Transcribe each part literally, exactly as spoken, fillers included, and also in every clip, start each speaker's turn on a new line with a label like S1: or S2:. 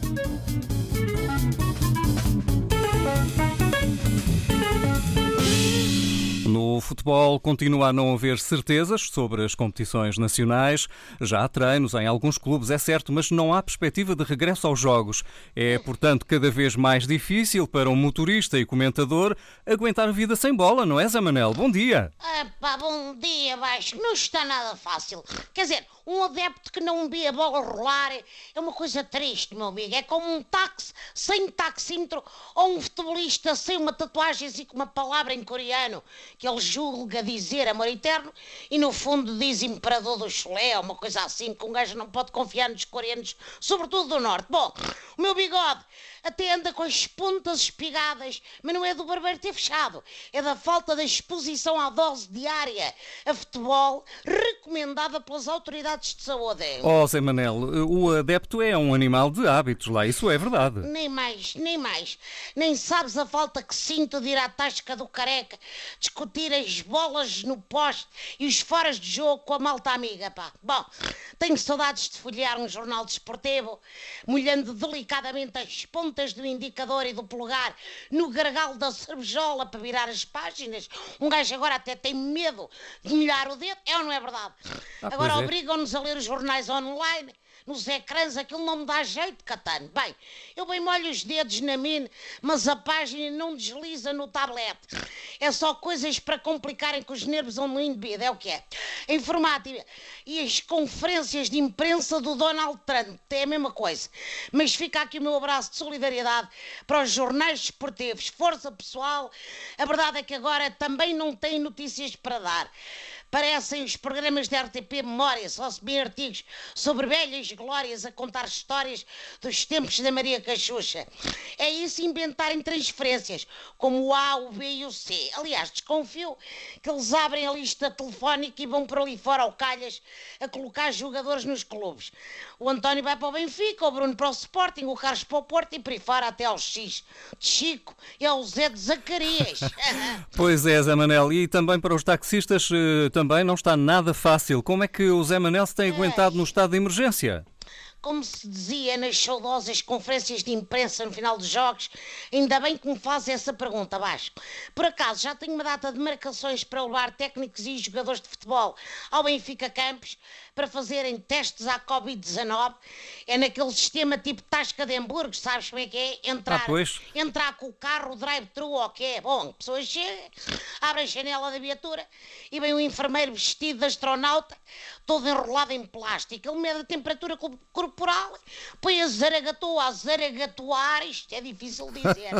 S1: No futebol continua a não haver certezas sobre as competições nacionais. Já há treinos em alguns clubes, é certo, mas não há perspectiva de regresso aos jogos. É, portanto, cada vez mais difícil para um motorista e comentador aguentar a vida sem bola, não é, Zé Manel? Bom dia!
S2: Epá, bom dia, Baixo. Não está nada fácil. Quer dizer, um adepto que não vê a bola rolar é uma coisa triste, meu amigo. É como um táxi sem taxímetro ou um futebolista sem uma tatuagem e com uma palavra em coreano que ele julga dizer amor eterno e no fundo diz imperador do chulé ou uma coisa assim, que um gajo não pode confiar nos coreanos, sobretudo do norte. Bom, o meu bigode até anda com as pontas espigadas, mas não é do barbeiro ter fechado, é da falta de exposição à dose diária a futebol recomendada pelas autoridades de saúde.
S1: Oh, Zé Manel, o adepto é um animal de hábitos lá, isso é verdade.
S2: Nem mais, nem mais. Nem sabes a falta que sinto de ir à tasca do careca discutir as bolas no poste e os foras de jogo com a malta amiga, pá. Bom, tenho saudades de folhear um jornal desportivo, molhando delicadamente as pontas do indicador e do polegar no gargalo da cervejola para virar as páginas. Um gajo agora até tem medo de molhar o dedo, é ou não é verdade?
S1: Ah,
S2: agora
S1: é.
S2: Obrigam-nos a ler os jornais online, nos ecrãs, aquilo não me dá jeito, Catano. Bem, eu bem molho os dedos na mine, mas a página não desliza no tablet. É só coisas para complicarem com os nervos a um indivíduo, é o que é. A informática e as conferências de imprensa do Donald Trump, é a mesma coisa. Mas fica aqui o meu abraço de solidariedade para os jornais desportivos. Força, pessoal. A verdade é que agora também não têm notícias para dar. Parecem os programas da R T P Memória, só se vêem artigos sobre velhas glórias a contar histórias dos tempos da Maria Cachucha. É isso inventarem transferências, como o A, o B e o C. Aliás, desconfio que eles abrem a lista telefónica e vão por ali fora ao calhas a colocar jogadores nos clubes. O António vai para o Benfica, o Bruno para o Sporting, o Carlos para o Porto e por aí fora até ao X de Chico e ao Zé de Zacarias.
S1: Pois é, Zé Manel, e também para os taxistas também não está nada fácil. Como é que o Zé Manel se tem aguentado no estado de emergência?
S2: Como se dizia nas saudosas conferências de imprensa no final dos jogos, ainda bem que me faz essa pergunta, Vasco. Por acaso, já tenho uma data de marcações para levar técnicos e jogadores de futebol ao Benfica Campos para fazerem testes à covid dezanove. É naquele sistema tipo Tasca de Hamburgo, sabes como é que é? Entrar,
S1: ah, pois.
S2: entrar com o carro, drive-thru, ok, é bom. A pessoa chega, abre a janela da viatura e vem um enfermeiro vestido de astronauta, todo enrolado em plástico. Ele mede a temperatura corporal, põe a zaragatua a zaragatuar, isto é difícil dizer,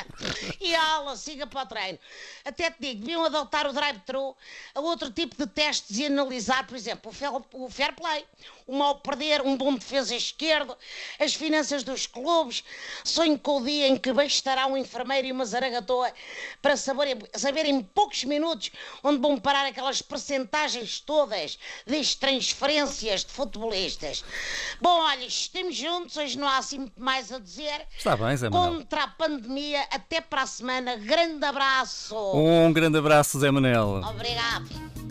S2: e a aula siga para o treino. Até te digo, deviam adotar o drive-thru a outro tipo de testes e analisar, por exemplo, o fair play, o mal perder, um bom defesa esquerdo, as finanças dos clubes. Sonho com o dia em que bastará um enfermeiro e uma zaragatoa para saber, saber em poucos minutos onde vão parar aquelas percentagens todas das transferências de futebolistas. Bom, olha, estamos juntos, hoje não há assim muito mais a dizer.
S1: Está bem, Zé Manel.
S2: Contra a pandemia, até para a semana. Grande abraço.
S1: Um grande abraço, Zé Manel.
S2: Obrigado.